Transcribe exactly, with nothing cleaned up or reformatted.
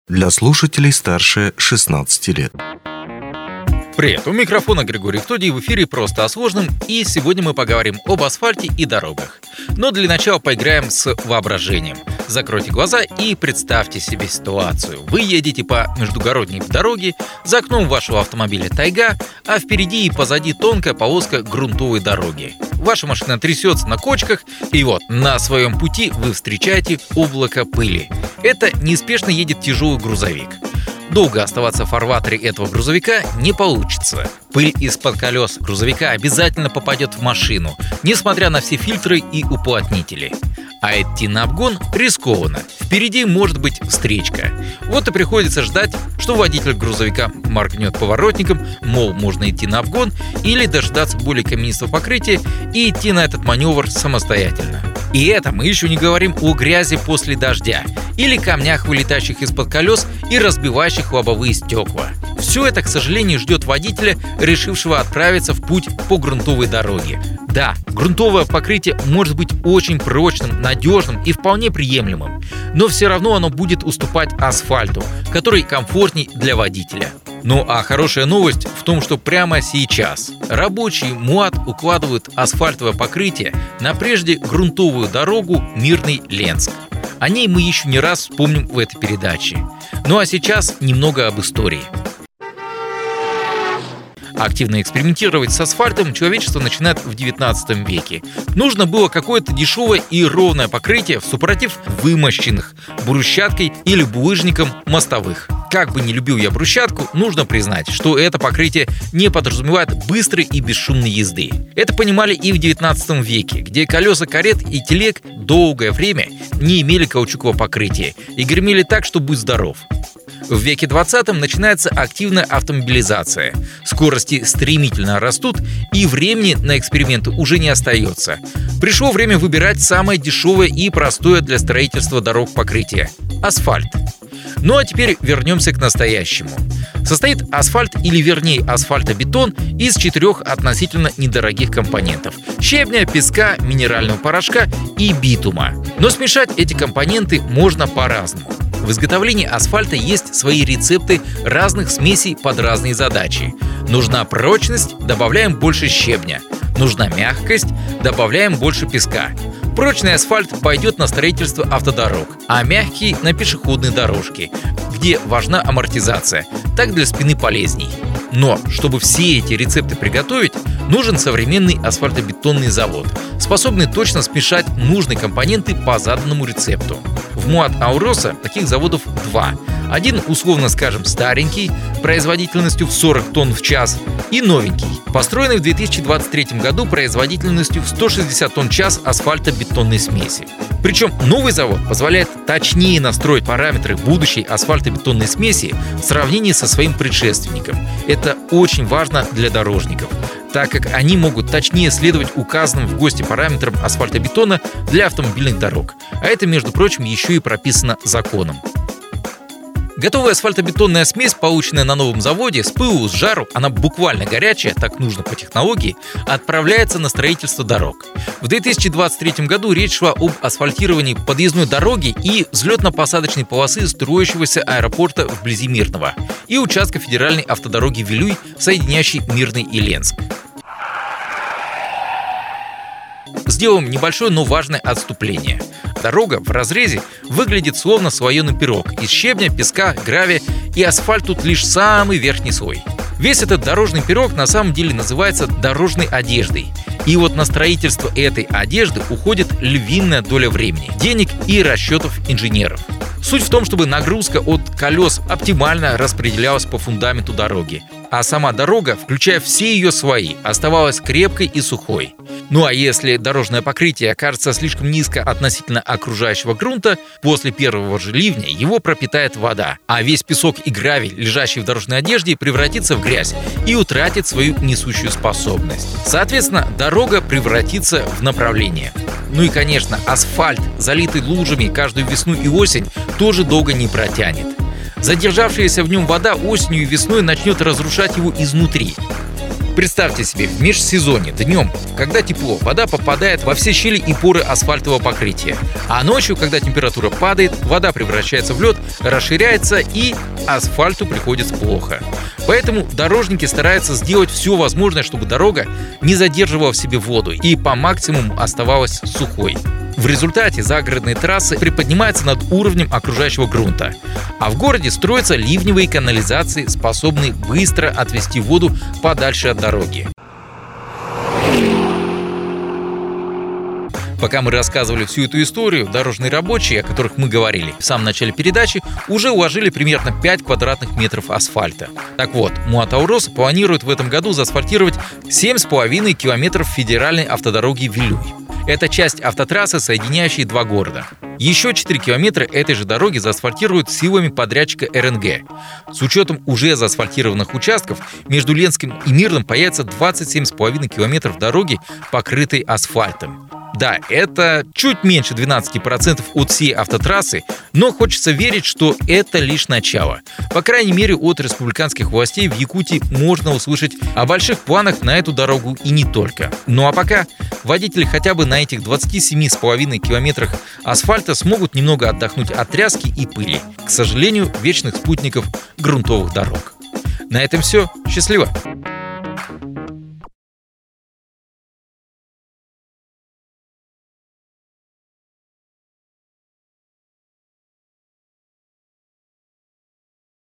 Для слушателей старше шестнадцати лет. Привет, у микрофона Григорий Втодий, в эфире «Просто о сложном», и сегодня мы поговорим об асфальте и дорогах. Но для начала поиграем с воображением. Закройте глаза и представьте себе ситуацию. Вы едете по междугородней дороге, за окном вашего автомобиля тайга, а впереди и позади тонкая полоска грунтовой дороги. Ваша машина трясется на кочках, и вот на своем пути вы встречаете облако пыли. Это неспешно едет тяжелый грузовик. Долго оставаться в фарватере этого грузовика не получится. Пыль из-под колес грузовика обязательно попадет в машину, несмотря на все фильтры и уплотнители. А идти на обгон рискованно. Впереди может быть встречка. Вот и приходится ждать, что водитель грузовика моргнет поворотником, мол, можно идти на обгон, или дождаться более каменистого покрытия и идти на этот маневр самостоятельно. И это мы еще не говорим о грязи после дождя или камнях, вылетающих из-под колес и разбивающих лобовые стекла. Все это, к сожалению, ждет водителя, решившего отправиться в путь по грунтовой дороге. Да, грунтовое покрытие может быть очень прочным, надежным и вполне приемлемым, но все равно оно будет уступать асфальту, который комфортней для водителя. Ну а хорошая новость в том, что прямо сейчас рабочие МУАТ укладывают асфальтовое покрытие на прежде грунтовую дорогу Мирный-Ленск. О ней мы еще не раз вспомним в этой передаче. Ну а сейчас немного об истории. Активно экспериментировать с асфальтом человечество начинает в девятнадцатом веке. Нужно было какое-то дешевое и ровное покрытие, супротив вымощенных брусчаткой или булыжником мостовых. Как бы не любил я брусчатку, нужно признать, что это покрытие не подразумевает быстрой и бесшумной езды. Это понимали и в девятнадцатом веке, где колеса карет и телег долгое время не имели каучукового покрытия и гремели так, что будь здоров. В веке двадцатом начинается активная автомобилизация. Скорости стремительно растут, и времени на эксперименты уже не остается. Пришло время выбирать самое дешевое и простое для строительства дорог покрытие – асфальт. Ну а теперь вернемся к настоящему. Состоит асфальт, или вернее асфальтобетон, из четырех относительно недорогих компонентов – щебня, песка, минерального порошка и битума. Но смешать эти компоненты можно по-разному. В изготовлении асфальта есть свои рецепты разных смесей под разные задачи. Нужна прочность – добавляем больше щебня. Нужна мягкость – добавляем больше песка. Прочный асфальт пойдет на строительство автодорог, а мягкий – на пешеходные дорожки, где важна амортизация, так для спины полезней. Но чтобы все эти рецепты приготовить, нужен современный асфальтобетонный завод, способный точно смешать нужные компоненты по заданному рецепту. В МУАТ Ауроса таких заводов два. Один, условно скажем, старенький, производительностью в сорок тонн в час, и новенький, построенный в две тысячи двадцать третьем году производительностью в сто шестьдесят тонн в час асфальтобетонной смеси. Причем новый завод позволяет точнее настроить параметры будущей асфальтобетонной смеси в сравнении со своим предшественником. Это очень важно для дорожников, так как они могут точнее следовать указанным в ГОСТе параметрам асфальтобетона для автомобильных дорог. А это, между прочим, еще и прописано законом. Готовая асфальтобетонная смесь, полученная на новом заводе, с пылу, с жару, она буквально горячая, так нужно по технологии, отправляется на строительство дорог. В две тысячи двадцать третьем году речь шла об асфальтировании подъездной дороги и взлетно-посадочной полосы строящегося аэропорта вблизи Мирного и участка федеральной автодороги Вилюй, соединяющей Мирный и Ленск. Сделаем небольшое, но важное отступление. Дорога в разрезе выглядит словно слоеный пирог из щебня, песка, гравия, и асфальт тут лишь самый верхний слой. Весь этот дорожный пирог на самом деле называется дорожной одеждой. И вот на строительство этой одежды уходит львиная доля времени, денег и расчетов инженеров. Суть в том, чтобы нагрузка от колес оптимально распределялась по фундаменту дороги, а сама дорога, включая все ее слои, оставалась крепкой и сухой. Ну а если дорожное покрытие окажется слишком низко относительно окружающего грунта, после первого же ливня его пропитает вода, а весь песок и гравий, лежащий в дорожной одежде, превратится в грязь и утратит свою несущую способность. Соответственно, дорога превратится в направление. Ну и, конечно, асфальт, залитый лужами каждую весну и осень, тоже долго не протянет. Задержавшаяся в нем вода осенью и весной начнет разрушать его изнутри. Представьте себе, в межсезонье, днем, когда тепло, вода попадает во все щели и поры асфальтового покрытия. А ночью, когда температура падает, вода превращается в лед, расширяется и асфальту приходится плохо. Поэтому дорожники стараются сделать все возможное, чтобы дорога не задерживала в себе воду и по максимуму оставалась сухой. В результате загородные трассы приподнимаются над уровнем окружающего грунта, а в городе строятся ливневые канализации, способные быстро отвести воду подальше от дороги. Пока мы рассказывали всю эту историю, дорожные рабочие, о которых мы говорили в самом начале передачи, уже уложили примерно пять квадратных метров асфальта. Так вот, МУА «Таурос» планирует в этом году заасфальтировать семь с половиной километров федеральной автодороги Вилюй. Это часть автотрассы, соединяющей два города. Еще четыре километра этой же дороги заасфальтируют силами подрядчика эр эн гэ. С учетом уже заасфальтированных участков, между Ленским и Мирным появится двадцать семь с половиной километров дороги, покрытой асфальтом. Да, это чуть меньше двенадцати процентов от всей автотрассы, но хочется верить, что это лишь начало. По крайней мере, от республиканских властей в Якутии можно услышать о больших планах на эту дорогу и не только. Ну а пока водители хотя бы на этих двадцати семи с половиной километрах асфальта смогут немного отдохнуть от тряски и пыли. К сожалению, вечных спутников грунтовых дорог. На этом все. Счастливо!